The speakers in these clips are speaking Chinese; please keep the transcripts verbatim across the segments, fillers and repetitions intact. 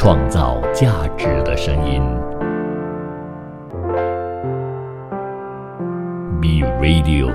创造价值的声音。B Radio。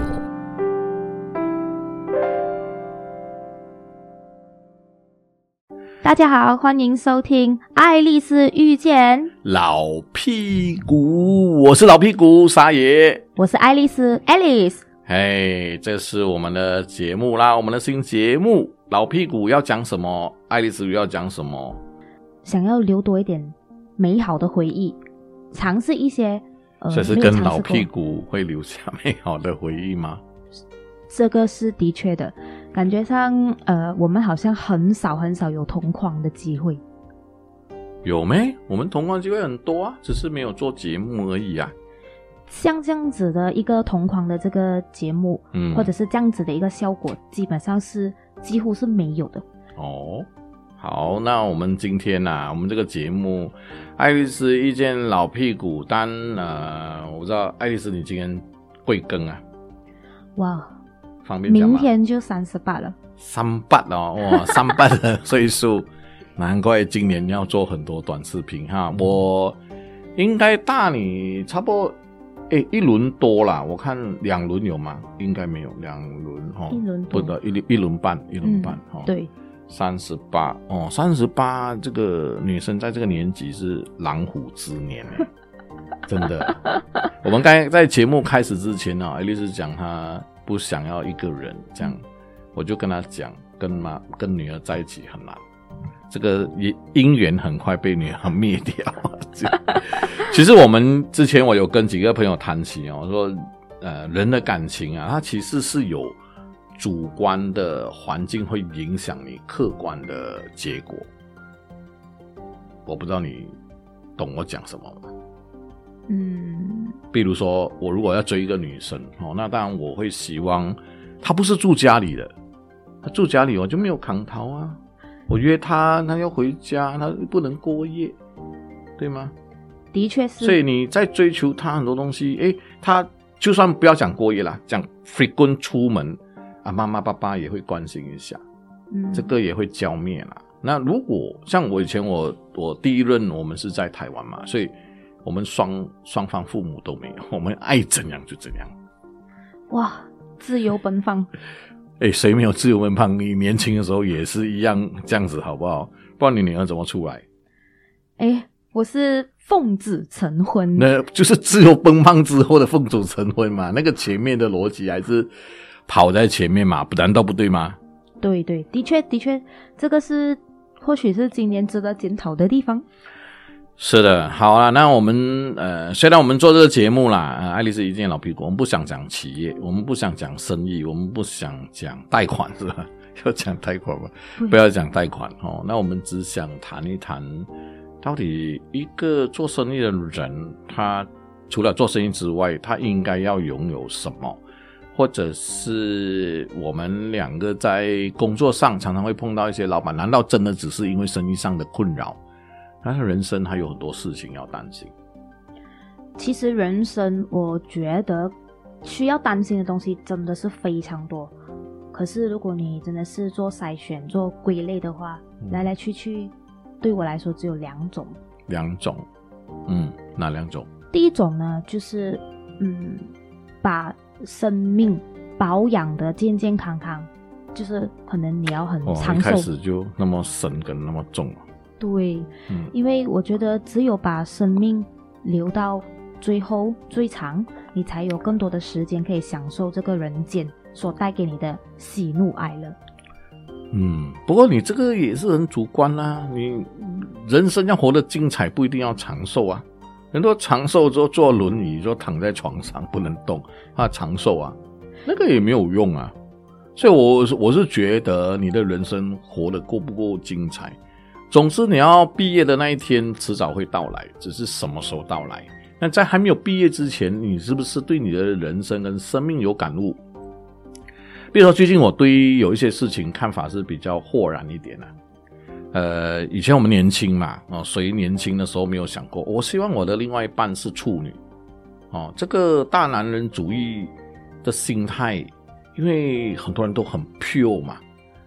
大家好，欢迎收听《爱丽丝遇见老屁股》，我是老屁股沙爷， 我是爱丽丝 Alice。 嘿，这是我们的节目啦，我们的新节目老屁股要讲什么，爱丽丝要讲什么， 想要留多一点美好的回忆，尝试一些呃， 所以是跟老屁股会留下美好的回忆吗？ 这个是的确的，感觉上呃，我们好像很少很少有同框的机会。 有没？我们同框机会很多啊，只是没有做节目而已啊。 像这样子的一个同框的这个节目，嗯，或者是这样子的一个效果，基本上是几乎是没有的。 哦，好，那我们今天啊，我们这个节目爱丽丝遇见老屁股，但呃，我知道爱丽丝你今天贵庚啊？ 哇， 方便讲吗？ 明天就三十八了。 三八哦，哇，三八的岁数，难怪今年要做很多短视频哈。我应该大你差不多，诶，一轮多啦，我看两轮有吗？应该没有，两轮哈， 一轮多， 不的，一一轮半，一轮半哈、嗯。 对， 三十八哦，三十八，这个女生在这个年纪是狼虎之年诶，真的。我们刚才在节目开始之前呢、啊，爱丽丝讲她不想要一个人，这样我就跟她讲，跟妈跟女儿在一起很难，这个姻缘很快被女儿灭掉。其实我们之前我有跟几个朋友谈起哦，说呃人的感情啊，它其实是有主观的环境会影响你客观的结果。我不知道你懂我讲什么吗？ 嗯， 比如说我如果要追一个女生哦，那当然我会希望她不是住家里的，她住家里我就没有扛头啊，我约她她要回家，她不能过夜，对吗？ 的确是。 所以你在追求她很多东西，诶，她就算不要讲过夜啦，讲 frequent 出门啊，妈妈爸爸也会关心一下，嗯，这个也会浇灭啦。那如果像我以前我我第一任我们是在台湾嘛，所以我们双双方父母都没有，我们爱怎样就怎样。 哇，自由奔放。 诶，谁没有自由奔放？你年轻的时候也是一样这样子好不好？不然你女儿怎么出来？ 诶，我是奉子成婚。 那就是自由奔放之后的奉子成婚嘛，那个前面的逻辑还是跑在前面嘛，不难道不对吗？ 对对，的确的确，这个是或许是今年值得检讨的地方。 是的，好啦，那我们呃，虽然我们做这个节目啦，呃，爱丽丝遇见老屁股，我们不想讲企业，我们不想讲生意，我们不想讲贷款，是吧？要讲贷款吗？不要讲贷款哦。那我们只想谈一谈，到底一个做生意的人，他除了做生意之外，他应该要拥有什么？或者是我们两个在工作上常常会碰到一些老板，难道真的只是因为生意上的困扰？他的人生还有很多事情要担心。 其实人生我觉得需要担心的东西真的是非常多，可是如果你真的是做筛选做归类的话、嗯、来来去去对我来说只有两种。 两种嗯，哪两种？ 第一种呢就是嗯，把生命保养的健健康康，就是可能你要很长寿、哦、一开始就那么深跟那么重。 对、嗯、因为我觉得只有把生命留到最后最长，你才有更多的时间可以享受这个人间所带给你的喜怒哀乐。 嗯，不过你这个也是很主观啦、啊，你人生要活得精彩不一定要长寿啊，很多长寿之后坐轮椅就躺在床上不能动，他长寿啊，那个也没有用啊。所以我我是觉得你的人生活得够不够精彩，总之你要毕业的那一天迟早会到来，只是什么时候到来。那在还没有毕业之前，你是不是对你的人生跟生命有感悟？比如说最近我对有一些事情看法是比较豁然一点的、啊。呃，以前我们年轻嘛，哦，谁年轻的时候没有想过，我希望我的另外一半是处女，哦，这个大男人主义的心态，因为很多人都很 pure 嘛，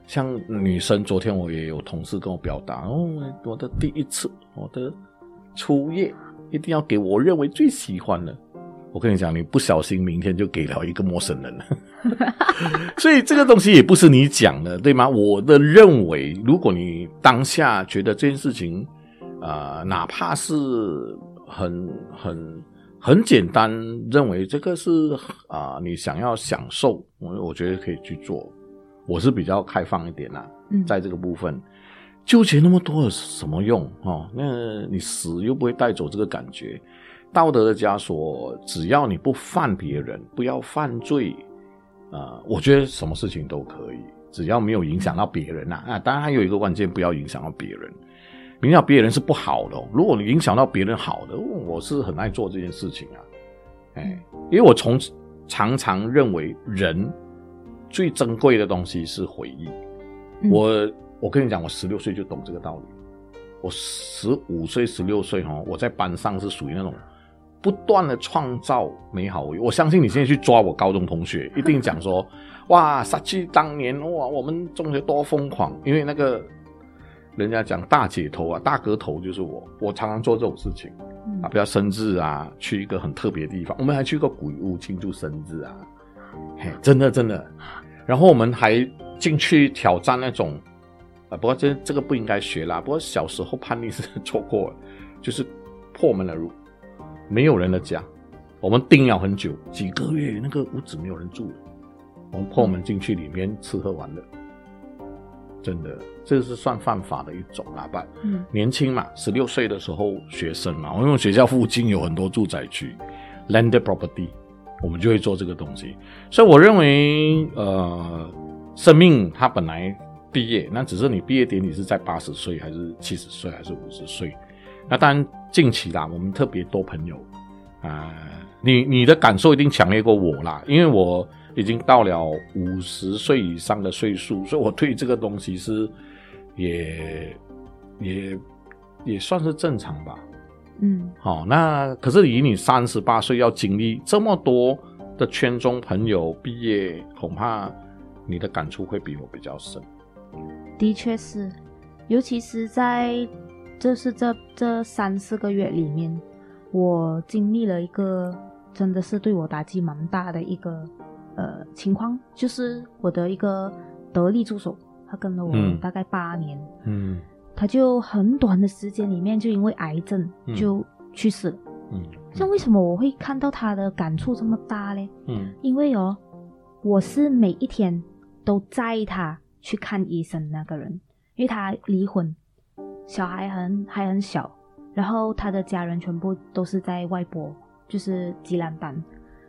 像女生，昨天我也有同事跟我表达，哦，我的第一次，我的初夜一定要给我认为最喜欢的。我跟你讲，你不小心明天就给了一个陌生人了。所以这个东西也不是你讲的，对吗？我的认为，如果你当下觉得这件事情呃，哪怕是很很很简单，认为这个是啊、呃，你想要享受，我我觉得可以去做。我是比较开放一点啦、嗯，在这个部分纠结那么多有什么用哦？那你死又不会带走这个感觉。道德的枷锁，只要你不犯别人，不要犯罪，呃，我觉得什么事情都可以，只要没有影响到别人啊。啊，当然还有一个关键，不要影响到别人。影响别人是不好的、哦，如果你影响到别人好的、哦，我是很爱做这件事情啊。哎，因为我从常常认为人最珍贵的东西是回忆。嗯、我我跟你讲，我十六岁就懂这个道理。我十五岁、十六岁哈，我在班上是属于那种不断的创造美好回忆。我相信你现在去抓我高中同学，一定讲说，哇，撒去当年哇，我们中学多疯狂，因为那个人家讲大姐头啊，大哥头就是我。我常常做这种事情、嗯、啊，比如生日啊，去一个很特别的地方，我们还去过鬼屋庆祝生日啊，嘿，真的真的。然后我们还进去挑战那种。啊，不过这这个不应该学啦。不过小时候叛逆是做过了，就是破门而入，没有人的家，我们盯了很久，几个月，那个屋子没有人住了，我们破门进去里面吃喝玩乐，真的，这是算犯法的一种啦吧？嗯，年轻嘛，十六岁的时候学生嘛，因为学校附近有很多住宅区 ，landed property， 我们就会做这个东西。所以我认为，呃，生命它本来。毕业，那只是你毕业典礼是在八十岁还是七十岁还是五十岁？那当然近期啦，我们特别多朋友啊、呃，你你的感受一定强烈过我啦，因为我已经到了五十岁以上的岁数，所以我对这个东西是也也也算是正常吧。嗯，好、哦，那可是以你三十八岁要经历这么多的圈中朋友毕业，恐怕你的感触会比我比较深。 的确是，尤其是在就是这这三四个月里面，我经历了一个真的是对我打击蛮大的一个呃情况，就是我的一个得力助手，他跟了我大概八年，嗯，他就很短的时间里面就因为癌症就去世了，嗯，像为什么我会看到他的感触这么大呢？嗯，因为哦，我是每一天都载他去看医生那个人，因为他离婚，小孩很还很小，然后他的家人全部都是在外国，就是吉兰丹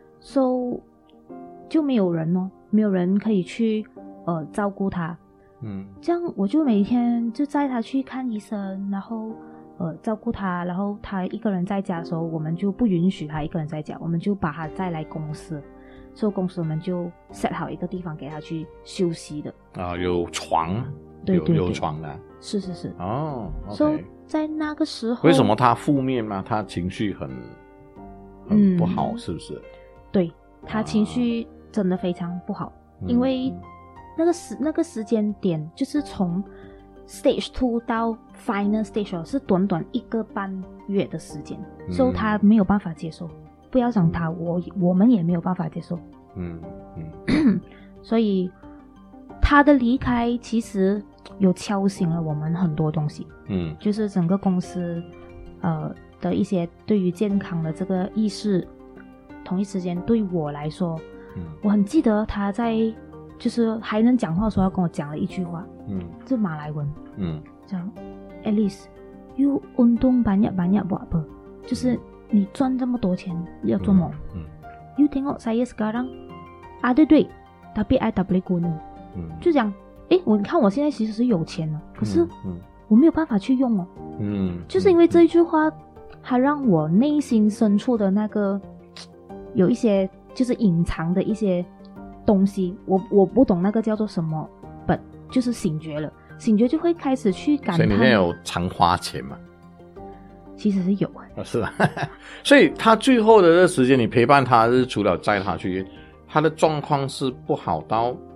，so 就没有人哦，没有人可以去呃照顾他，嗯，这样我就每天就载他去看医生，然后呃照顾他，然后他一个人在家的时候，我们就不允许他一个人在家，我们就把他载来公司。所以公司我们就 set 好一个地方给他去休息的啊，有床， 对对对， 有有床的， 是是是哦。 所以、so, 在那个时候， 为什么他负面吗？他情绪很很不好，嗯、是不是？ 对，他情绪真的非常不好，啊、因为那个时那个时间点就是从 stage two 到 final stage 是短短一个半月的时间，嗯、所以他没有办法接受。不要讲他，我我们也没有办法接受。嗯嗯，所以他的离开其实有敲醒了我们很多东西。嗯，就是整个公司呃的一些对于健康的这个意识。同一时间对我来说，嗯，我很记得他在就是还能讲话的时候，他跟我讲了一句话。嗯，是马来文。嗯，讲 Alice, you untung banyak banyak buat apa？ 就是。你赚这么多钱要做么？嗯， You tengok saya sekarang ada duit, tapi I tak boleh guna。嗯，就讲，诶，我看我现在其实是有钱了，可是我没有办法去用哦。嗯，就是因为这一句话，它让我内心深处的那个有一些就是隐藏的一些东西，我我不懂那个叫做什么，本就是醒觉了，醒觉就会开始去感叹。 所以你现在有常花钱吗？ 其实是有、 哦、是吧？所以他最后的这时间你陪伴他是除了载他去，他的状况是不好到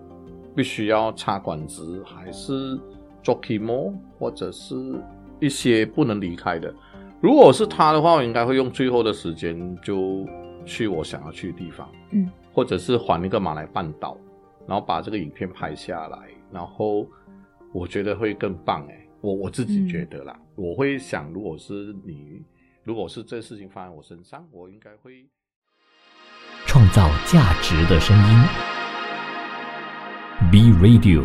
必须要插管子，还是做 chemo， 或者是一些不能离开的。如果是他的话，我应该会用最后的时间就去我想要去的地方， 嗯， 或者是环一个马来半岛，然后把这个影片拍下来，然后我觉得会更棒诶，我我自己觉得啦，嗯、我会想，如果是你，如果是这事情发生在我身上，我应该会创造价值的声音 ，B Radio。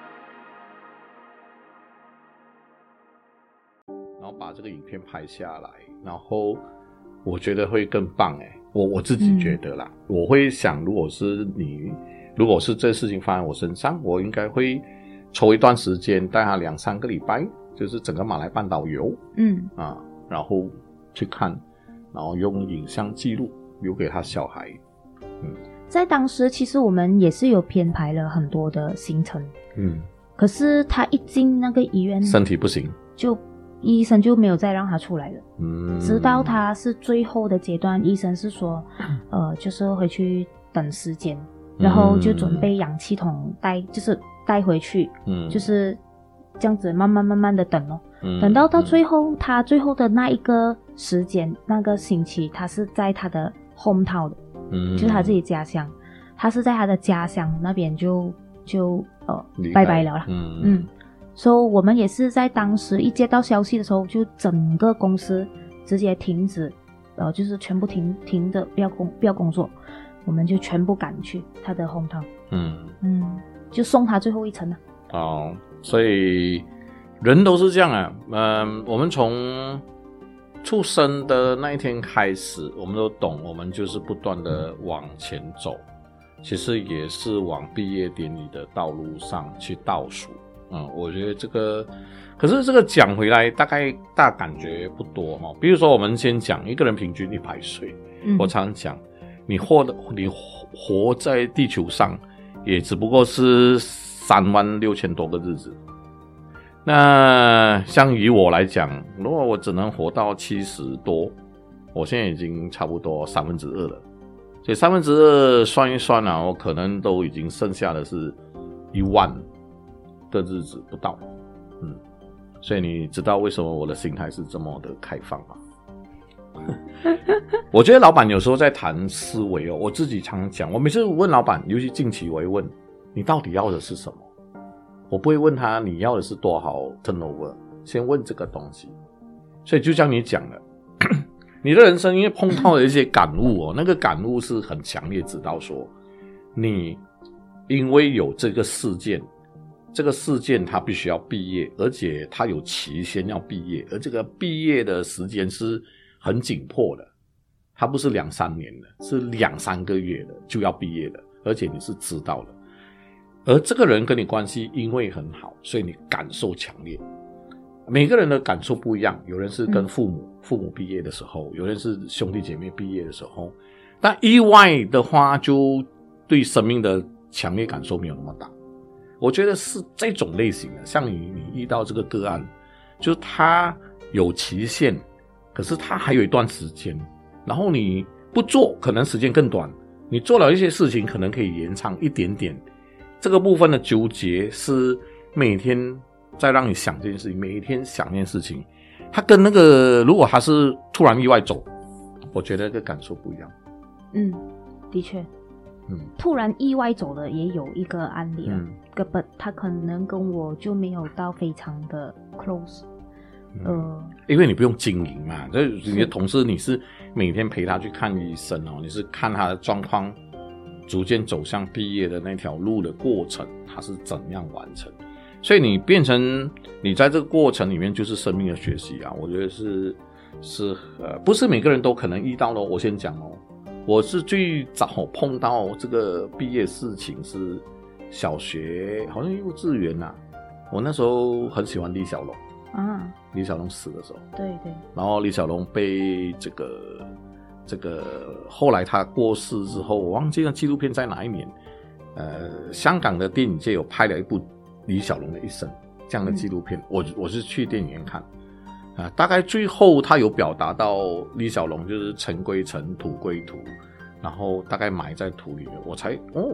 然后把这个影片拍下来，然后我觉得会更棒诶，我我自己觉得啦，嗯、我会想，如果是你，如果是这事情发生在我身上，我应该会抽一段时间带他两三个礼拜，就是整个马来半岛游， 嗯啊，然后去看，然后用影像记录留给他小孩。嗯， 在当时其实我们也是有编排了很多的行程， 嗯， 可是他一进那个医院， 身体不行， 就医生就没有再让他出来了。 嗯， 直到他是最后的阶段，医生是说，呃，就是回去等时间，然后就准备氧气筒带，就是带回去，嗯，就是这样子慢慢慢慢的等咯。嗯，等到到最后，他最后的那一个时间，那个星期，他是在他的 hometown 的，嗯，就是他自己家乡，他是在他的家乡那边就就呃拜拜了啦。嗯嗯，所以我们也是在当时一接到消息的时候，就整个公司直接停止，呃，就是全部停停的不要工不要工作，我们就全部赶去他的 hometown。嗯嗯，就送他最后一程了。 哦，所以人都是这样啊。嗯，我们从出生的那一天开始，我们都懂，我们就是不断的往前走，其实也是往毕业典礼的道路上去倒数。嗯，我觉得这个，可是这个讲回来，大概大感觉不多哈。比如说，我们先讲一个人平均一百岁，嗯，我常讲，你活的，你活在地球上，也只不过是三万六千多个日子。那像以我来讲，如果我只能活到七十多，我现在已经差不多三分之二了。所以三分之二算一算啊，我可能都已经剩下的是一万的日子不到。嗯，所以你知道为什么我的心态是这么的开放吗？我觉得老板有时候在谈思维哦，我自己常常讲，我每次问老板，尤其近期我会问你到底要的是什么，我不会问他你要的是多少 turnover， 先问这个东西。所以就像你讲的，你的人生因为碰到了一些感悟哦，那个感悟是很强烈，知道说你因为有这个事件，这个事件它必须要毕业，而且它有期限要毕业，而这个毕业的时间是很紧迫的，它不是两三年的，是两三个月的就要毕业的，而且你是知道的。而这个人跟你关系因为很好，所以你感受强烈。每个人的感受不一样，有人是跟父母、嗯、父母毕业的时候，有人是兄弟姐妹毕业的时候，但意外的话就对生命的强烈感受没有那么大。我觉得是这种类型的，像你你遇到这个个案，就是他有期限，可是他还有一段时间，然后你不做可能时间更短，你做了一些事情可能可以延长一点点。这个部分的纠结是每天在让你想这件事情，每一天想这件事情，他跟那个如果他是突然意外走，我觉得那个感受不一样。 嗯，的确，嗯，突然意外走的也有一个案例了，嗯，根他可能跟我就没有到非常的 close，嗯、呃， 因为你不用经营嘛，这你的同事你是每天陪他去看医生哦，你是看他的状况。逐渐走向毕业的那条路的过程，它是怎样完成？所以你变成你在这个过程里面就是生命的学习啊，我觉得是是呃，不是每个人都可能遇到的。我先讲哦，我是最早碰到这个毕业事情是小学，好像幼稚园啊。我那时候很喜欢李小龙啊，李小龙死的时候， 对对， 然后李小龙被这个。这个后来他过世之后，我忘记了纪录片在哪一年。呃，香港的电影界有拍了一部李小龙的一生这样的纪录片，嗯、我我是去电影院看。啊、呃，大概最后他有表达到李小龙就是尘归尘，土归土，然后大概埋在土里面，我才哦，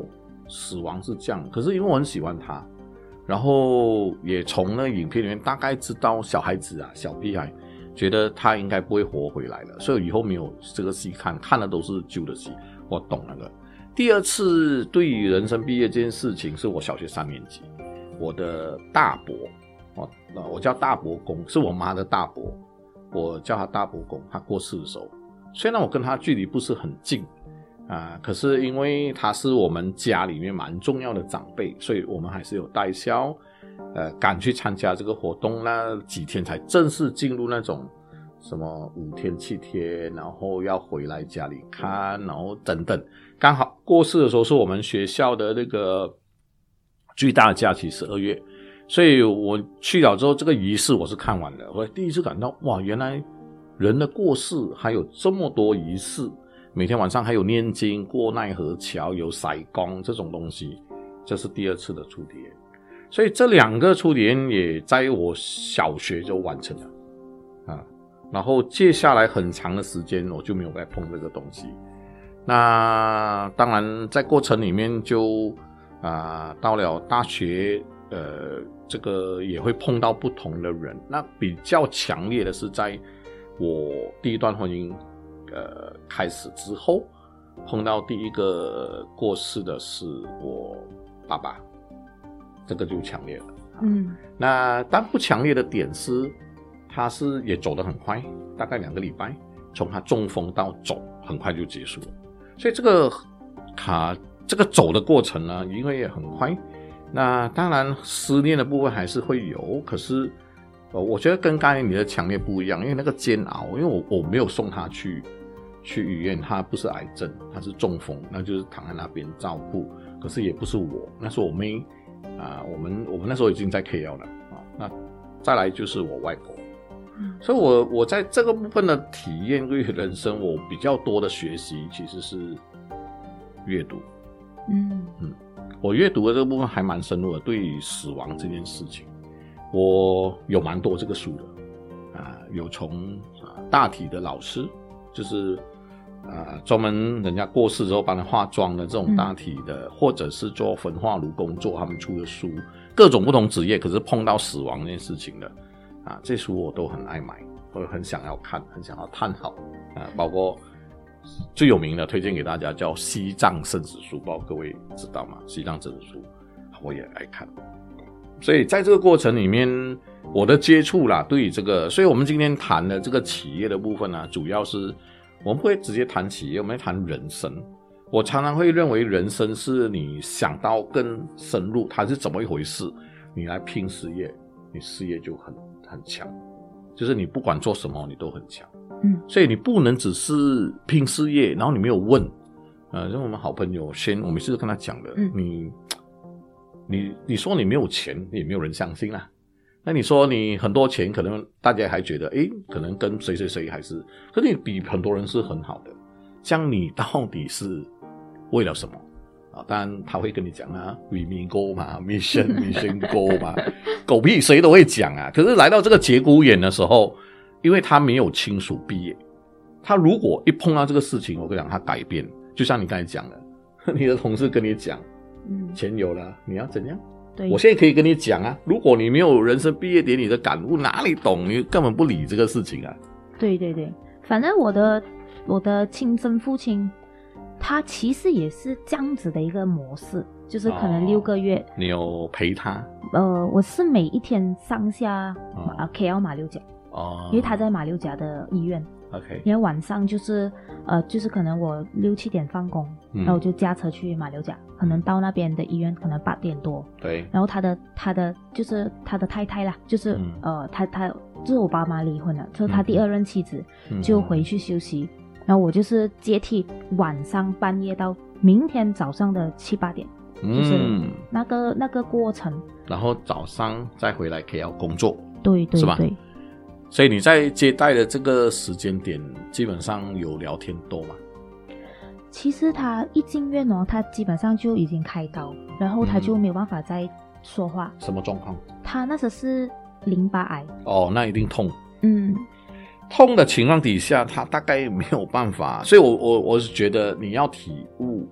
死亡是这样，可是因为我很喜欢他，然后也从那影片里面大概知道小孩子啊小屁孩觉得他应该不会活回来了，所以以后没有这个戏看，看的都是旧的戏，我懂那个。第二次对于人生毕业这件事情是我小学三年级，我的大伯，我我叫大伯公，是我妈的大伯，我叫他大伯公，他过世的时候，虽然我跟他距离不是很近啊，可是因为他是我们家里面蛮重要的长辈，所以我们还是有带孝，呃，赶去参加这个活动，那几天才正式进入那种什么五天七天，然后要回来家里看，然后等等。刚好过世的时候是我们学校的那个最大的假期十二月，所以我去了之后，这个仪式我是看完了，我第一次感到哇，原来人的过世还有这么多仪式，每天晚上还有念经、过奈何桥、有塞公这种东西，这是第二次的初体验。所以这两个初体验也在我小学就完成了啊，然后接下来很长的时间我就没有再碰这个东西。那当然在过程里面就啊、呃、到了大学，呃这个也会碰到不同的人。那比较强烈的是在我第一段婚姻呃开始之后，碰到第一个过世的是我爸爸，这个就强烈了。 嗯， 那但不强烈的点是他是也走得很快，大概两个礼拜，从他中风到走很快就结束了。所以这个他这个走的过程呢，因为也很快，那当然思念的部分还是会有，可是呃，我觉得跟刚才你的强烈不一样，因为那个煎熬，因为我我没有送他去去医院，他不是癌症，他是中风，那就是躺在那边照顾，可是也不是我，那是我妹啊、呃，我们我们那时候已经在 K L 了啊，那再来就是我外婆。所以我我在这个部分的体验对于人生，我比较多的学习其实是阅读。 嗯嗯，我阅读的这个部分还蛮深入的，对于死亡这件事情，我有蛮多这个书的啊、呃，有从、呃、大体的老师，就是啊专门人家过世之后帮他化妆的这种大体的，嗯、或者是做焚化炉工作他们出的书，各种不同职业，可是碰到死亡这件事情的。啊，这书我都很爱买，我很想要看，很想要探讨啊，包括最有名的推荐给大家叫《西藏生死书》，不知道各位知道吗？西藏生死书我也爱看，所以在这个过程里面，我的接触啦，对于这个，所以我们今天谈的这个企业的部分呢，主要是我们不会直接谈企业，我们会谈人生。我常常会认为人生是你想到更深入，它是怎么一回事，你来拼事业，你事业就很很强，就是你不管做什么你都很强， 嗯， 所以你不能只是拼事业，然后你没有问，呃，像我们好朋友先，我每次都跟他讲的， 嗯， 你你你说你没有钱，也没有人相信啦。那你说你很多钱，可能大家还觉得，诶，可能跟谁谁谁还是，可是你比很多人是很好的，像你到底是为了什么？啊，当然他会跟你讲啊 ，we mean go 嘛 ，mission mission go 嘛，狗屁谁都会讲啊。可是来到这个节骨眼的时候，因为他没有亲属毕业，他如果一碰到这个事情，我跟你讲，他改变，就像你刚才讲的，你的同事跟你讲， 嗯， 钱有了，你要怎样？ 对， 我现在可以跟你讲啊，如果你没有人生毕业典礼的感悟，哪里懂？你根本不理这个事情啊。 对对对，反正我的我的亲生父亲。他其实也是这样子的一个模式，就是可能六个月、哦、 你有陪他？ 呃，我是每一天上下、 哦呃、K L 马六甲哦，因为他在马六甲的医院。 OK， 因为晚上就是呃，就是可能我六七点放工，嗯、然后我就驾车去马六甲，可能到那边的医院可能八点多。 对。 然后他的他的就是他的太太啦，就是、嗯、呃，他他就是我爸妈离婚了，就是他第二任妻子、嗯、就回去休息。嗯然后我就是接替晚上半夜到明天早上的七八点，嗯、就是那个那个过程。 然后早上再回来 K L 工作， 对对对，是吧？ 所以你在接待的这个时间点，基本上有聊天多吗？ 其实他一进院哦，他基本上就已经开刀，然后他就没有办法再说话。 嗯、什么状况？ 他那时是淋巴癌。 哦，那一定痛。 嗯。 痛的情况底下，他大概没有办法，所以我我我是觉得你要体悟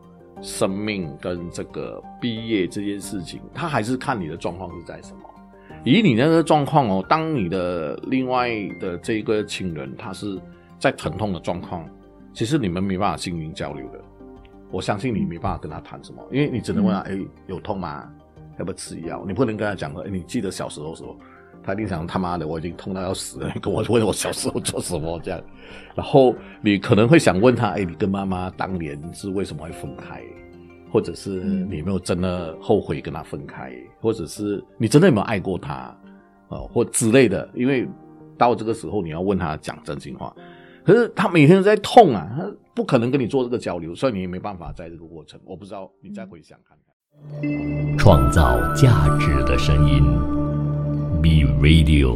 生命跟这个毕业这件事情，他还是看你的状况是在什么。以你那个状况哦，当你的另外的这个亲人他是在疼痛的状况，其实你们没办法心灵交流的。我相信你没办法跟他谈什么，因为你只能问他，哎、嗯，有痛吗？要不要吃药？你不能跟他讲说，哎，你记得小时候的时候，他一定想他妈的，我已经痛到要死了，你跟我问我小时候做什么这样。然后你可能会想问他，哎，你跟妈妈当年是为什么会分开？或者是你有没有真的后悔跟他分开，或者是你真的有没有爱过他，呃、或之类的。因为到这个时候你要问他讲真心话，可是他每天都在痛啊，他不可能跟你做这个交流，所以你也没办法在这个过程。我不知道你再回想看看。 创造价值的声音 ，Be Radio。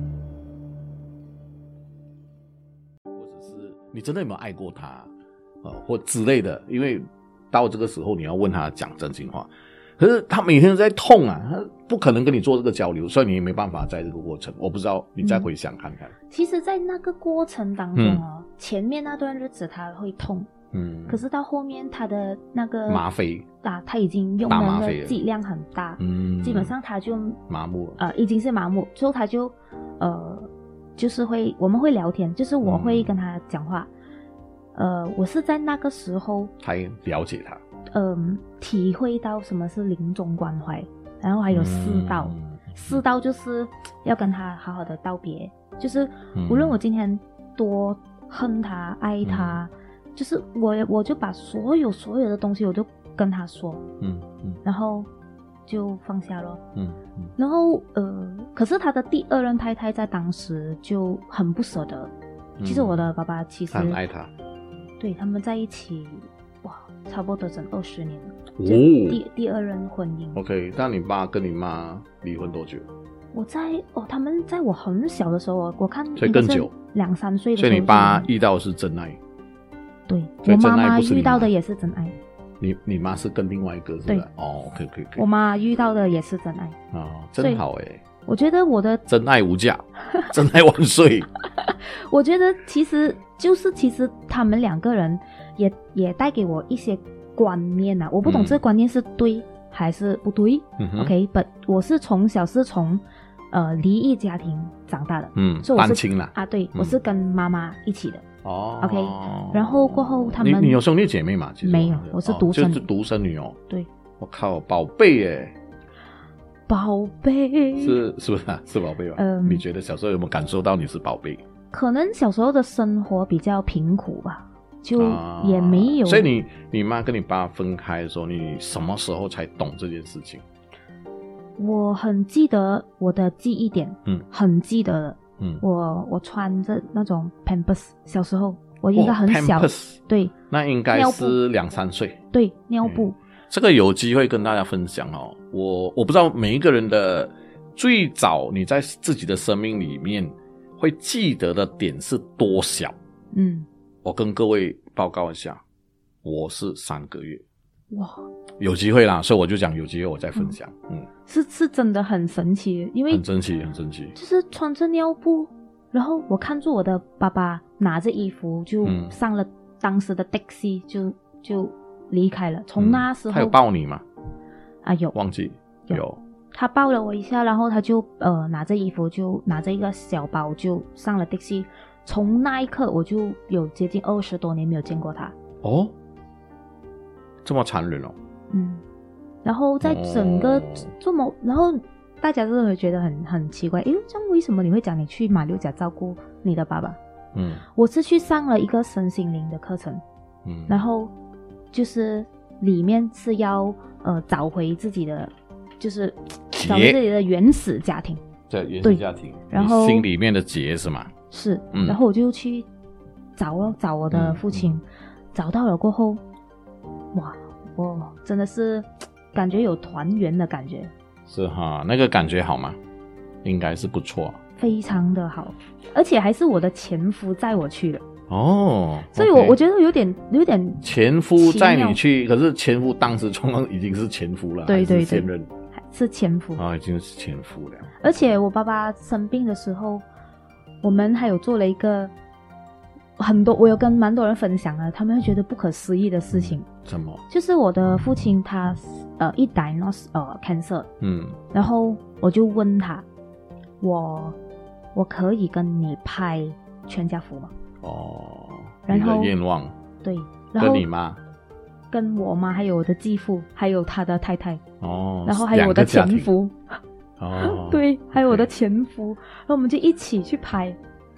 或者是你真的有没有爱过他，呃、或之类的。因为到这个时候你要问他讲真心话，可是他每天都在痛啊，他不可能跟你做这个交流，所以你也没办法在这个过程。我不知道你再回想看看。 嗯、其实在那个过程当中哦、嗯、前面那段日子他会痛，嗯，可是到后面他的那个吗啡啊，他已经用的剂量很大，嗯，基本上他就麻木了， 呃，已经是麻木，之后他就呃，就是会我们会聊天，就是我会跟他讲话。嗯，呃，我是在那个时候才了解他， 嗯、呃，体会到什么是临终关怀，然后还有四道，嗯、四道就是要跟他好好的道别，就是无论我今天多恨他、爱他，嗯、就是我我就把所有所有的东西我就跟他说，嗯嗯，然后就放下了，嗯嗯，然后呃，可是他的第二任太太在当时就很不舍得，嗯、其实我的爸爸其实很爱他。 对，他们在一起，哇，差不多整二十年了。 哦， 第第二任婚姻。 OK， 那你爸跟你妈离婚多久？ 我在哦，他们在我很小的时候，我看所以更久， 两三岁的时候。 所以你爸遇到的是真爱。 对，我妈妈遇到的也是真爱。 你你妈是跟另外一个是吧？ 对， 哦 ，OK OK OK。 我妈遇到的也是真爱。 哦，真好哎。 我觉得我的真爱无价，真爱万岁。 我觉得其实就是其实他们两个人也也带给我一些观念啊，我不懂这个观念是对还是不对。嗯、OK，but 我是从小是从呃离异家庭长大的，嗯，所以我是单亲啦啊， 对，嗯、我是跟妈妈一起的。 哦 ，OK， 然后过后他们你你有兄弟姐妹吗？其实没有，我是独生女， 哦，就是独生女哦。 对， 我靠，宝贝耶！ 宝贝是是不是啊？是宝贝吧？嗯，你觉得小时候有没有感受到你是宝贝？ 可能小时候的生活比较贫苦吧，就也没有。 啊、所以你你妈跟你爸分开的时候，你什么时候才懂这件事情？ 我很记得我的记忆点，嗯，很记得的。嗯，我我穿着那种 Pampers， 小时候我应该很小，哦、对， 那应该是两三岁， 对，尿布。嗯， 这个有机会跟大家分享哦。我我不知道每一个人的最早你在自己的生命里面会记得的点是多小。嗯，我跟各位报告一下，我是三个月。哇，有机会啦，所以我就讲有机会我再分享。嗯，嗯是是真的很神奇，因为很神奇，很神奇， 就是穿着尿布，然后我看着我的爸爸拿着衣服就上了当时的 taxi， 就就离开了。从那时候，嗯、 他有抱你吗？ 啊，有， 忘记 有, 有。 他抱了我一下，然后他就呃拿着衣服，就拿着一个小包就上了 taxi。从那一刻，我就有接近二十多年没有见过他。 哦。这么残忍哦， 嗯，然后在整个这么，哦、然后大家都会觉得很很奇怪，诶，这样为什么你会讲你去马六甲照顾你的爸爸？嗯，我是去上了一个身心灵的课程，嗯，然后就是里面是要呃找回自己的，就是找回自己的原始家庭， 对，原始家庭， 然后心里面的结是吗？ 是，嗯，然后我就去找了找我的父亲，嗯嗯、找到了过后。哇，我真的是感觉有团圆的感觉。 是哈，那个感觉好吗？应该是不错， 非常的好，而且还是我的前夫载我去的哦。 所以我，我、okay. 我觉得有点有点前夫载你去，可是前夫当时状况已经是前夫了， 对对对， 还是前任是前夫啊、哦，已经是前夫了。 而且我爸爸生病的时候，我们还有做了一个很多，我有跟蛮多人分享啊，他们会觉得不可思议的事情。 什么？ 就是我的父亲他呃一 diagnose 呃 cancer， 嗯， 然后我就问他，我我可以跟你拍全家福吗？ 哦， 然后你的愿望， 对，然后跟你妈， 跟我妈还有我的继父，还有他的太太， 哦， 然后还有我的前两个家庭， 夫， 哦， 对，还有我的 OK 前夫，然后我们就一起去拍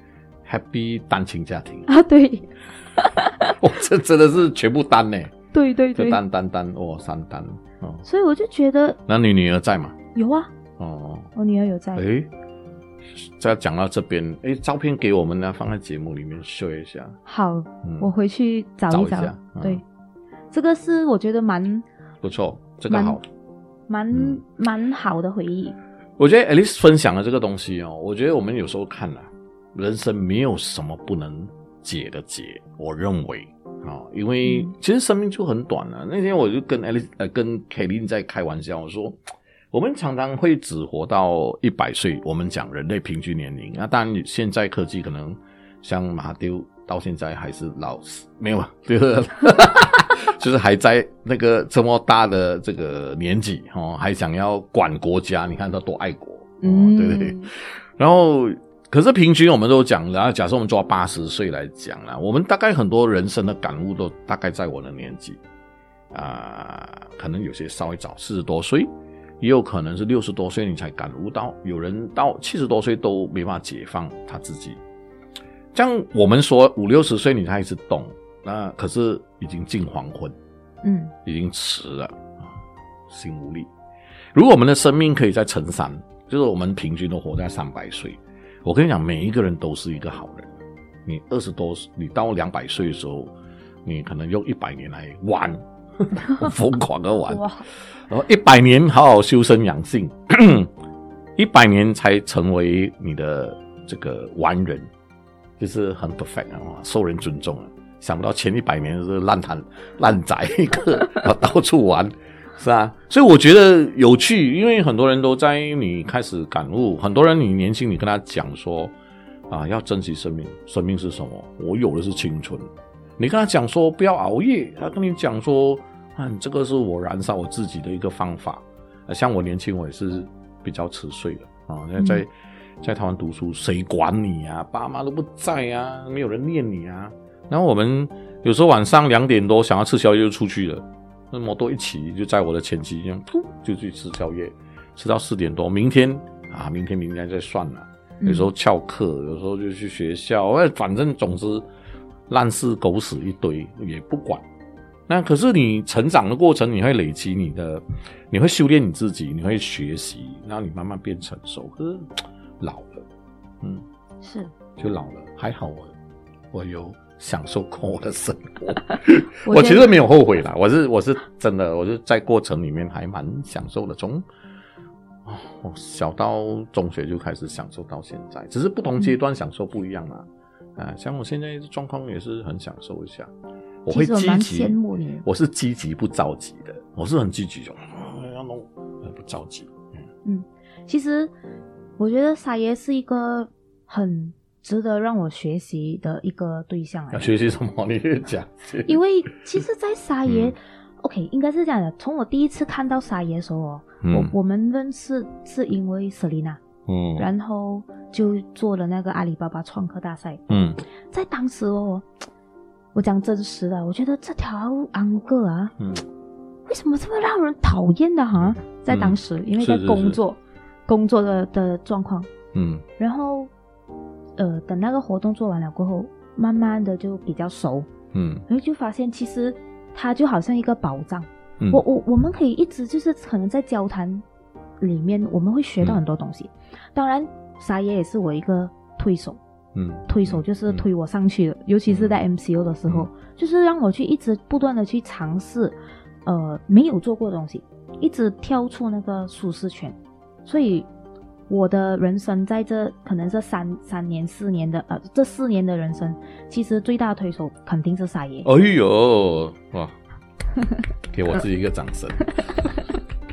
，Happy 单亲家庭， 啊，对， 哦，这真的是全部单呢，就对对对， 单单单，哦，三单，哦， 所以我就觉得那你女儿在吗？ 有啊， 哦， 我女儿有在， 诶，再讲到这边，诶，照片给我们呢，放在节目里面秀一下， 好， 嗯我回去找一找， 找一下嗯对，这个是我觉得蛮不错，这个蛮好。 蛮嗯蛮好的回忆， 我觉得 Alice 分享的这个东西哦，我觉得我们有时候看啊，人生没有什么不能解的解，我认为啊、哦，因为嗯其实生命就很短了、啊。那天我就跟 Alice 呃跟 Kaylin 在开玩笑，我说我们常常会只活到一百岁，我们讲人类平均年龄，那当然现在科技可能像马哈丢到现在还是老死，没有啊，就是就是还在那个这么大的这个年纪哦，还想要管国家，你看他多爱国，哦、 嗯， 对不对？然后，可是平均我们都讲，然后假设我们抓八十岁来讲啦，我们大概很多人生的感悟都大概在我的年纪啊、呃，可能有些稍微早四十多岁，也有可能是六十多岁你才感悟到，有人到七十多岁都没办法解放他自己。像我们说五六十岁你开始懂，那可是已经近黄昏， 嗯， 已经迟了啊，心无力。如果我们的生命可以再乘三，就是我们平均都活在三百岁，我跟你讲，每一个人都是一个好人。你二十多，你到两百岁的时候，你可能用一百年来玩，疯狂的玩， 哇， 然后一百年好好修身养性，一百年才成为你的这个完人，就是很 perfect 啊，受人尊重啊。想不到前一百年是烂摊烂仔一个，然后到处玩，是啊。所以我觉得有趣，因为很多人都在你开始感悟，很多人你年轻，你跟他讲说啊，要珍惜生命，生命是什么？我有的是青春。你跟他讲说不要熬夜，他跟你讲说啊，这个是我燃烧我自己的一个方法。啊、像我年轻，我也是比较迟睡的啊，在在、嗯、在台湾读书，谁管你啊？爸妈都不在啊，没有人念你啊。然后我们有时候晚上两点多想要吃宵夜就出去了，那摩托一骑就在我的前妻这样就去吃宵夜，吃到四点多。明天啊，明天明天再算了。有时候翘课，有时候就去学校，反正总之烂事狗屎一堆，也不管。那可是你成长的过程，你会累积你的，你会修炼你自己，你会学习，然后你慢慢变成熟。可是老了，嗯， 是就老了。还好我我有享受过我的生活， 我, 我其实没有后悔啦。我是我是真的，我是在过程里面还蛮享受的。从哦，我小到中学就开始享受到现在，只是不同阶段享受不一样嘛。嗯、啊，像我现在的状况也是很享受一下。我会积极， 其实我蛮羡慕你。 我是积极不着急的，我是很积极的，要弄不着急。嗯嗯，其实我觉得沙爷是一个很值得让我学习的一个对象。 要学习什么？你讲。 因为其实，在沙爷、 嗯、 ，OK， 应该是这样的。从我第一次看到沙爷的时候、哦嗯、 我我们认识是因为 Selina， 嗯， 然后就做了那个阿里巴巴创客大赛。 嗯， 在当时哦。我讲真实的，我觉得这条安哥啊， 嗯， 为什么这么让人讨厌的哈？在当时，嗯、因为在工作， 是是是工作的的状况， 嗯， 然后，呃，等那个活动做完了过后，慢慢的就比较熟， 嗯， 然后就发现其实它就好像一个宝藏， 嗯、 我我我们可以一直就是可能在交谈里面，我们会学到很多东西。嗯、当然，沙爷也是我一个推手。 嗯， 推手就是推我上去的、嗯、尤其是在 M C O 的时候、嗯、就是让我去一直不断的去尝试呃没有做过的东西，一直跳出那个舒适圈。所以我的人生在这可能这三三年四年的呃这四年的人生，其实最大的推手肯定是沙爷。 哎呦哇，给我自己一个掌声。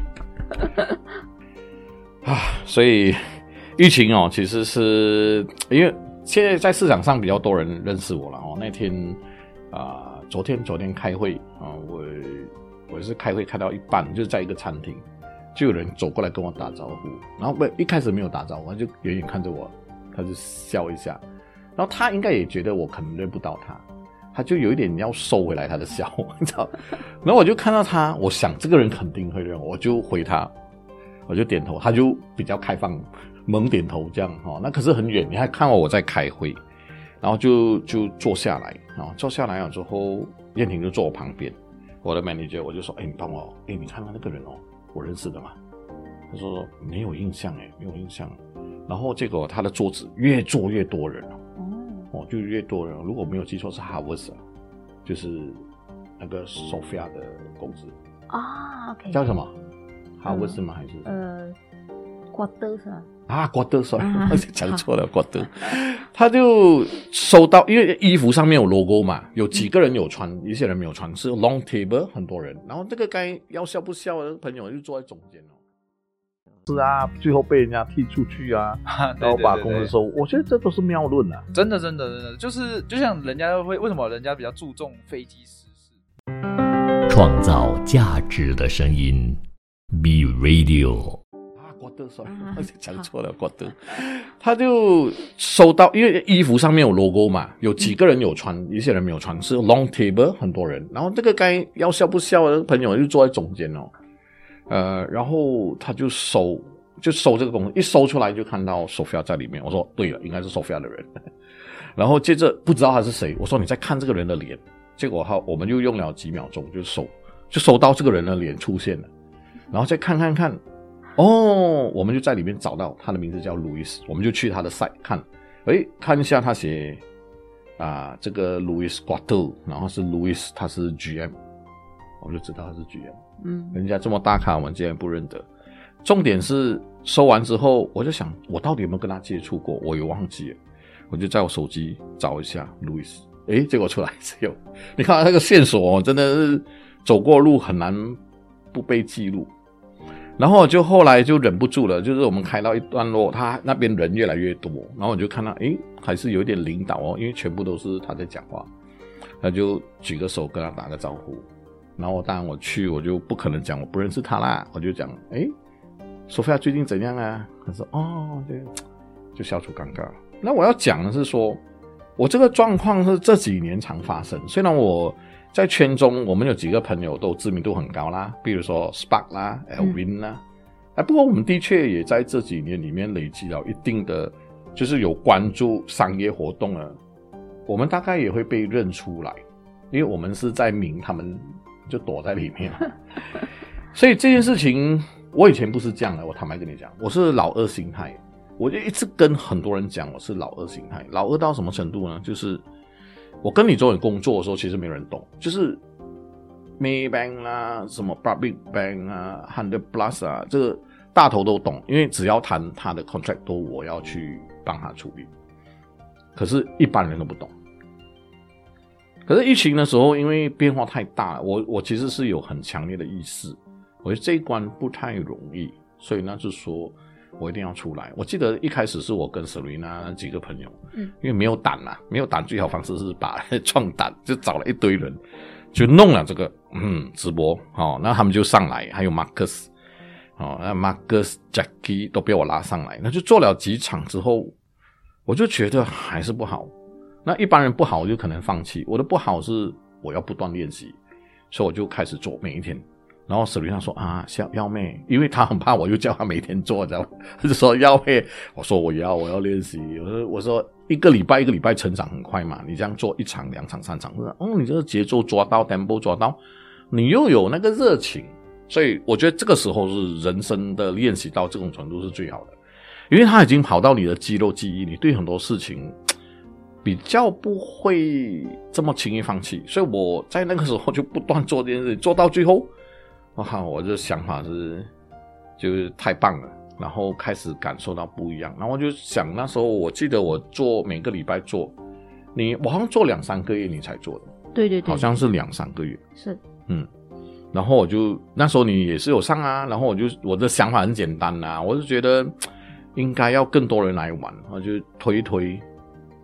啊，所以玉琴哦，其实是因为现在在市场上比较多人认识我了哦。那天啊、呃，昨天昨天开会啊、呃，我我是开会开到一半，就是在一个餐厅，就有人走过来跟我打招呼，然后不一开始没有打招呼，他就远远看着我，他就笑一下，然后他应该也觉得我可能认不到他。他就有一点要收回来他的笑，你知道？然后我就看到他，我想这个人肯定会认我，我就回他，我就点头，他就比较开放，猛点头这样哈。那可是很远，你还看到我在开会，然后就就坐下来啊，坐下来了之后，燕婷就坐我旁边，我的 manager 我就说，哎、欸，你帮我，哎、欸，你看到那个人哦，我认识的吗？他说没有印象哎，没有印象。然后结果他的桌子越坐越多人哦。哦，就越多人，如果没有记错是 Harvard， 就是那个 Sophia 的公司啊、oh, ，OK， 叫什么 Harvard 吗？还是呃 ，Quarter 是吧？ 啊 ，Quarter sorry， 我讲错了 ，Quarter， 他就收到，因为衣服上面有 logo 嘛，有几个人有穿，一些人没有穿，是 long table 很多人，然后这个该要笑不笑的朋友就坐在中间哦。是啊，最后被人家踢出去啊，然后把公司收，我觉得这都是谬论啊！ 真的，真的，真的，就是就像人家会为什么人家比较注重飞机失事， 创造价值的声音 ，Be Radio 啊，国德 sorry， 我讲错了，国德，他就收到，因为衣服上面有 logo 嘛，有几个人有穿，一些人没有穿，是 long table 很多人，然后这个该要笑不笑的朋友就坐在中间哦。呃，然后他就收，就收这个公司，一收出来就看到 Sophia 在里面。我说对了，应该是 Sophia 的人。然后接着不知道他是谁，我说你再看这个人的脸。结果他我们就用了几秒钟就收，就收到这个人的脸出现了。然后再看看看，哦，我们就在里面找到他的名字叫 Louis， 我们就去他的 site 看，诶，看一下他写啊、呃、这个 Louis Quarter， 然后是 Louis 他是 G M， 我们就知道他是 G M。嗯，人家这么大咖，我们竟然不认得。重点是收完之后，我就想，我到底有没有跟他接触过？我也忘记了。我就在我手机找一下 Louis， 诶，结果出来是有。你看那个线索、哦，真的是走过路很难不被记录。然后就后来就忍不住了，就是我们开到一段落，他那边人越来越多，然后我就看到，诶，还是有一点领导哦，因为全部都是他在讲话，他就举个手跟他打个招呼。然后当然我去，我就不可能讲我不认识他啦，我就讲，诶 Sophia 最近怎样啊？他说，哦，对，就笑出尴尬。那我要讲的是说，我这个状况是这几年常发生。虽然我在圈中，我们有几个朋友都知名度很高啦，比如说 Spark 啦、Elvin 啦，哎、嗯，不过我们的确也在这几年里面累积了一定的，就是有关注商业活动了，我们大概也会被认出来，因为我们是在明他们。就躲在里面，所以这件事情我以前不是这样的，我坦白跟你讲，我是老二心态，我就一直跟很多人讲我是老二心态。老二到什么程度呢？就是我跟你做点工作的时候，其实没有人懂，就是 Maybank 啊，什么 Public Bank 啊 ，Hundred Plus 啊，这个大头都懂，因为只要谈他的 contract 都我要去帮他处理，可是一般人都不懂。可是疫情的时候，因为变化太大了，我我其实是有很强烈的意识，我觉得这一关不太容易，所以那就说我一定要出来。我记得一开始是我跟 Selina 那几个朋友，嗯，因为没有胆啊，没有胆最好方式是把壮胆，就找了一堆人，就弄了这个嗯直播，哦，那他们就上来，还有 Marcus， 哦，那 Marcus、Jackie 都被我拉上来，那就做了几场之后，我就觉得还是不好。那一般人不好我就可能放弃，我的不好是我要不断练习，所以我就开始做每一天。然后史律上说啊，要妹，因为他很怕我就叫他每天做，知道吗？他就说要妹，我说我要我要练习，我说我说一个礼拜一个礼拜成长很快嘛，你这样做一场两场三场，哦，你这个节奏抓到 tempo 抓到，你又有那个热情，所以我觉得这个时候是人生的练习到这种程度是最好的，因为他已经跑到你的肌肉记忆，你对很多事情比较不会这么轻易放弃，所以我在那个时候就不断做这件事情，做到最后，哇，我这想法是就是太棒了，然后开始感受到不一样，然后我就想那时候我记得我做每个礼拜做，你我好像做两三个月你才做的， 对对对， 好像是两三个月， 是， 嗯，然后我就那时候你也是有上啊，然后我就我的想法很简单啊，我就觉得应该要更多人来玩，我就推一推。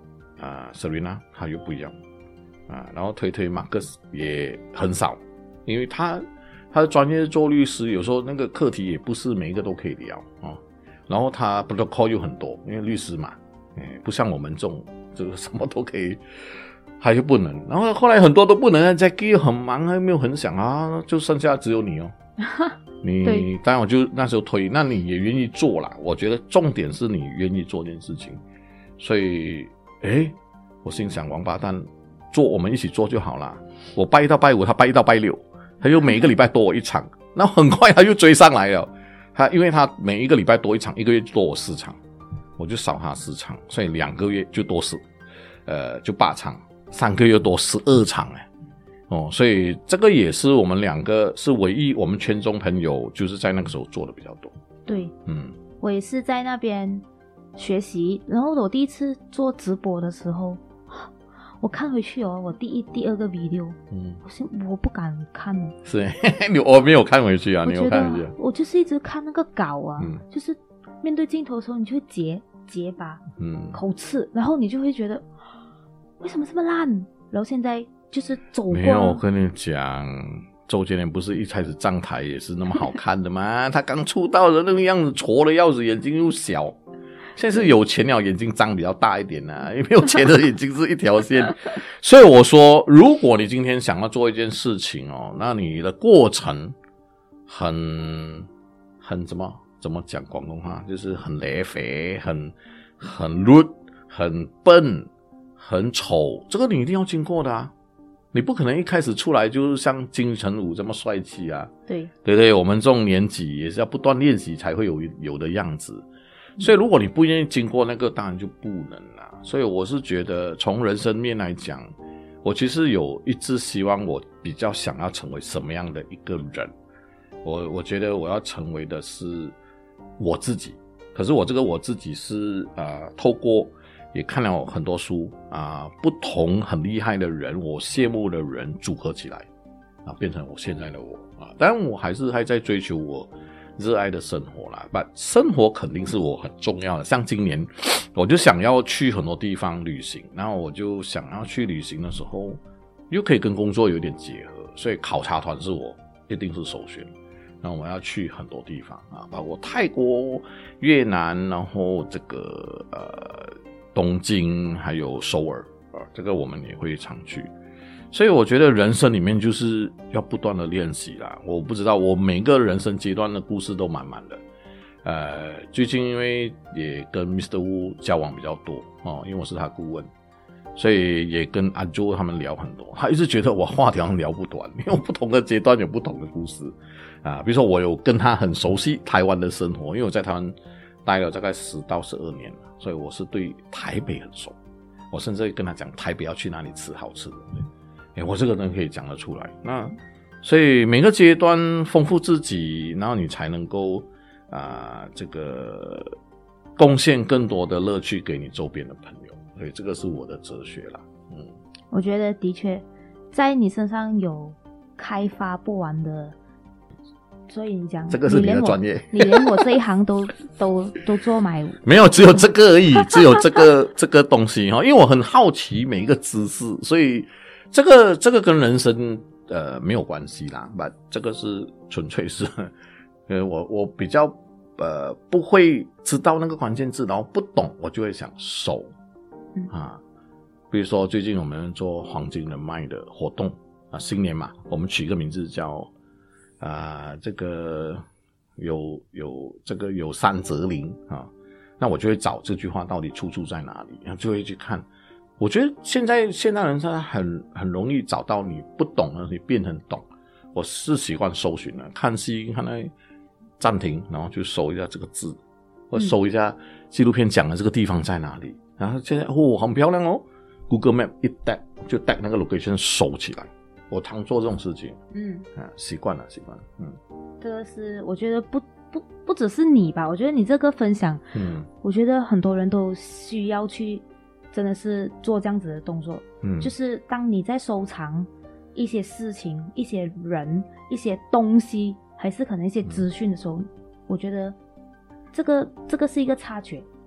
啊、呃、，Serena 他又不一样啊，然后推推 Marcus 也很少，因为他他的专业是做律师，有时候那个课题也不是每一个都可以聊啊、哦。然后他 protocol 又很多，因为律师嘛，哎，不像我们这种就是什么都可以，他就不能。然后后来很多都不能 ，Jackie 又很忙，还没有很想啊，就剩下只有你哦。你当然我就那时候推，那你也愿意做啦。我觉得重点是你愿意做这件事情，所以诶我心想王八蛋做我们一起做就好啦。我拜一到拜五，他拜一到拜六，他就每一个礼拜多我一场，然后很快他就追上来了。他因为他每一个礼拜多一场，一个月多我四场，我就少他四场，所以两个月就多十，呃就八场，三个月多十二场哎。哦，所以这个也是我们两个是唯一我们圈中朋友就是在那个时候做的比较多。 对， 嗯， 我也是在那边学习，然后我第一次做直播的时候，我看回去哦，我第一、第二个 video， 嗯，我是我不敢看了。 是，你我没有看回去啊，你有看回去、啊？ 我就是一直看那个稿啊， 嗯、 就是面对镜头的时候，你就会结结巴， 嗯， 口刺，然后你就会觉得为什么这么烂？然后现在。就是走过。 没有，我跟你讲，周杰伦不是一开始站台也是那么好看的吗？他刚出道的那个样子，矬的要死，眼睛又小。现在是有钱了，眼睛张比较大一点啊，因为没有钱的眼睛是一条线。所以我说，如果你今天想要做一件事情哦，那你的过程很很怎么怎么讲广东话，就是很雷肥，很很 rude， 很笨，很丑，这个你一定要经过的啊。你不可能一开始出来就是像金城武这么帅气啊， 对对对，我们这种年纪也是要不断练习才会有有的样子。所以如果你不愿意经过那个，当然就不能啦。所以我是觉得从人生面来讲，我其实有一直希望我比较想要成为什么样的一个人。我我觉得我要成为的是我自己，可是我这个我自己是呃透过也看了很多书啊、呃，不同很厉害的人，我羡慕的人组合起来啊，变成我现在的我啊。当然我还是还在追求我热爱的生活啦，但生活肯定是我很重要的。像今年我就想要去很多地方旅行，然后我就想要去旅行的时候又可以跟工作有点结合，所以考察团是我一定是首选。然后我要去很多地方啊，包括泰国、越南，然后这个呃东京，还有首尔啊，这个我们也会常去。所以我觉得人生里面就是要不断的练习啦。我不知道，我每个人生阶段的故事都满满的。呃，最近因为也跟 Mister Wu 交往比较多哦，因为我是他顾问，所以也跟阿 Jo 他们聊很多。他一直觉得我话题好像聊不短，因为不同的阶段有不同的故事啊。比如说我有跟他很熟悉台湾的生活，因为我在台湾待了大概十到十二年了，所以我是对台北很熟。我甚至跟他讲台北要去哪里吃好吃的。欸、我这个人可以讲得出来。那所以每个阶段丰富自己，然后你才能够啊、呃，这个贡献更多的乐趣给你周边的朋友。所以这个是我的哲学啦。嗯， 我觉得的确在你身上有开发不完的，所以你讲这个是你的专业， 你连我这一行都都都做买没有，只有这个而已，只有这个这个东西哈。因为我很好奇每一个知识，所以。这个这个跟人生呃没有关系啦，但这个是纯粹是，呃我我比较呃不会知道那个关键字，然后不懂我就会想熟、嗯、啊。比如说最近我们做黄金人脉的活动啊，新年嘛，我们取一个名字叫啊、呃、这个有有这个有山则灵啊，那我就会找这句话到底出处在哪里，然后就会去看。我觉得现在现代人他很很容易找到你不懂的，你变成懂。我是习惯搜寻的，看戏看来暂停，然后就搜一下这个字，或搜一下纪录片讲的这个地方在哪里。嗯、然后现在哦，很漂亮哦 ，Google Map 一带就带那个 location 收起来。我常做这种事情，嗯，啊，习惯了，习惯了，嗯。 这个是我觉得不不不只是你吧，我觉得你这个分享，嗯，我觉得很多人都需要去。真的是做这样子的动作，嗯，就是当你在收藏一些事情、一些人、一些东西，还是可能一些资讯的时候，嗯、我觉得这个这个是一个察觉，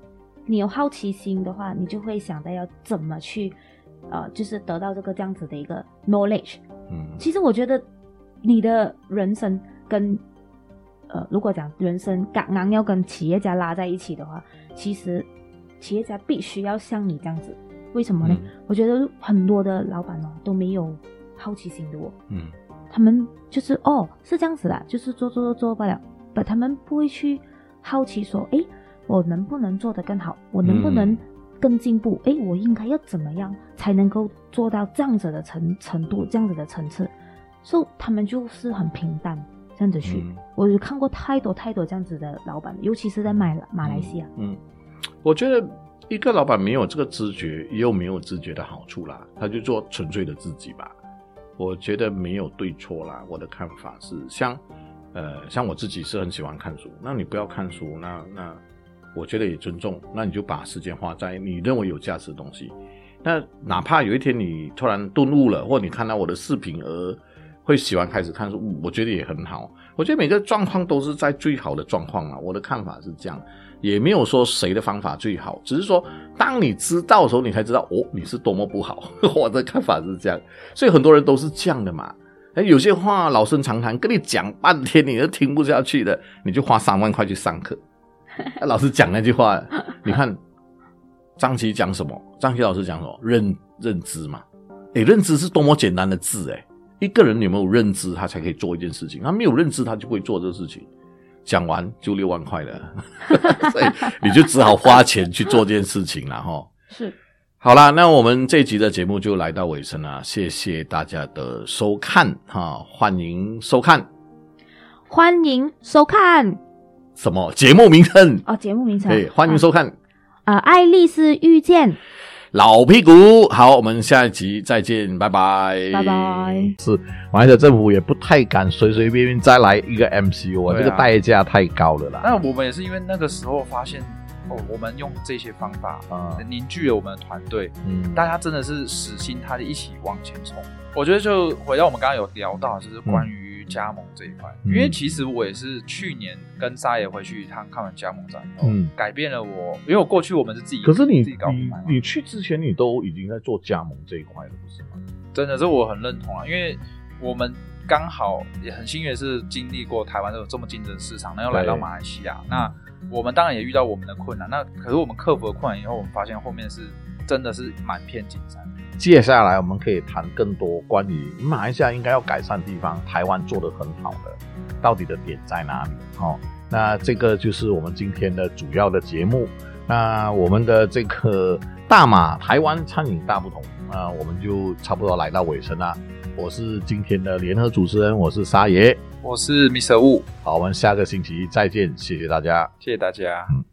你有好奇心的话，你就会想到要怎么去呃，就是得到这个这样子的一个 knowledge。 嗯， 其实我觉得你的人生跟呃，如果讲人生刚刚要跟企业家拉在一起的话，其实企业家必须要像你这样子。为什么呢？嗯、我觉得很多的老板哦都没有好奇心的哦，嗯，他们就是哦是这样子啦，就是做做做做不了，但他们不会去好奇说，诶，我能不能做得更好？我能不能更进步？诶、嗯，我应该要怎么样才能够做到这样子的程程度，这样子的层次？所以他们就是很平淡这样子去。嗯、我有看过太多太多这样子的老板，尤其是在马马来西亚。嗯，嗯我觉得。一个老板没有这个知觉，也有没有知觉的好处啦，他就做纯粹的自己吧。我觉得没有对错啦，我的看法是，像呃，像我自己是很喜欢看书，那你不要看书，那那我觉得也尊重，那你就把时间花在你认为有价值的东西。那哪怕有一天你突然顿悟了，或你看到我的视频而会喜欢开始看书，我觉得也很好。我觉得每个状况都是在最好的状况啊，我的看法是这样。也没有说谁的方法最好，只是说当你知道的时候你才知道哦你是多么不好。我的看法是这样，所以很多人都是这样的嘛。有些话老生常谈，跟你讲半天你都听不下去的，你就花三万块去上课。老师讲那句话，你看张琪讲什么？张琪老师讲什么？认认知嘛。诶，认知是多么简单的字诶，一个人有没有认知他才可以做一件事情，他没有认知他就不会做这个事情。讲完就六万块了，所以你就只好花钱去做这件事情了齁。 是， 好啦，那我们这集的节目就来到尾声了，谢谢大家的收看哈，欢迎收看， 欢迎收看什么节目名称？ 哦，节目名称， 对，欢迎收看， 呃，爱丽丝遇见老屁股。好，我们下一集再见，拜拜， 拜拜。 是，马来西亚政府也不太敢随随便便再来一个 M C O 啊，这个代价太高了啦。 那我们也是因为那个时候发现，哦，我们用这些方法啊，凝聚了我们的团队，嗯，大家真的是死心塌地一起往前冲。我觉得就回到我们刚刚有聊到，就是关于加盟这一块，嗯、因为其实我也是去年跟沙爷回去一趟看完加盟展以后，嗯，改变了我，因为我过去我们是自己， 可是你自己搞品牌， 你去之前你都已经在做加盟这一块了，不是吗？ 真的，这我很认同啊，因为我们刚好也很幸运的是经历过台湾这种这么竞争市场，那又来到马来西亚，那我们当然也遇到我们的困难，那可是我们克服了困难以后，我们发现后面是真的是满片金山。 接下来我们可以谈更多关于马来西亚应该要改善的地方，台湾做得很好的到底的点在哪里、哦、那这个就是我们今天的主要的节目。那我们的这个大马台湾餐饮大不同，那我们就差不多来到尾声啦。我是今天的联合主持人，我是沙爷， 我是 Mister Wu。 好，我们下个星期再见，谢谢大家， 谢谢大家、 嗯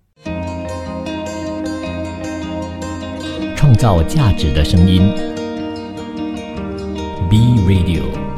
创造价值的声音 B Radio。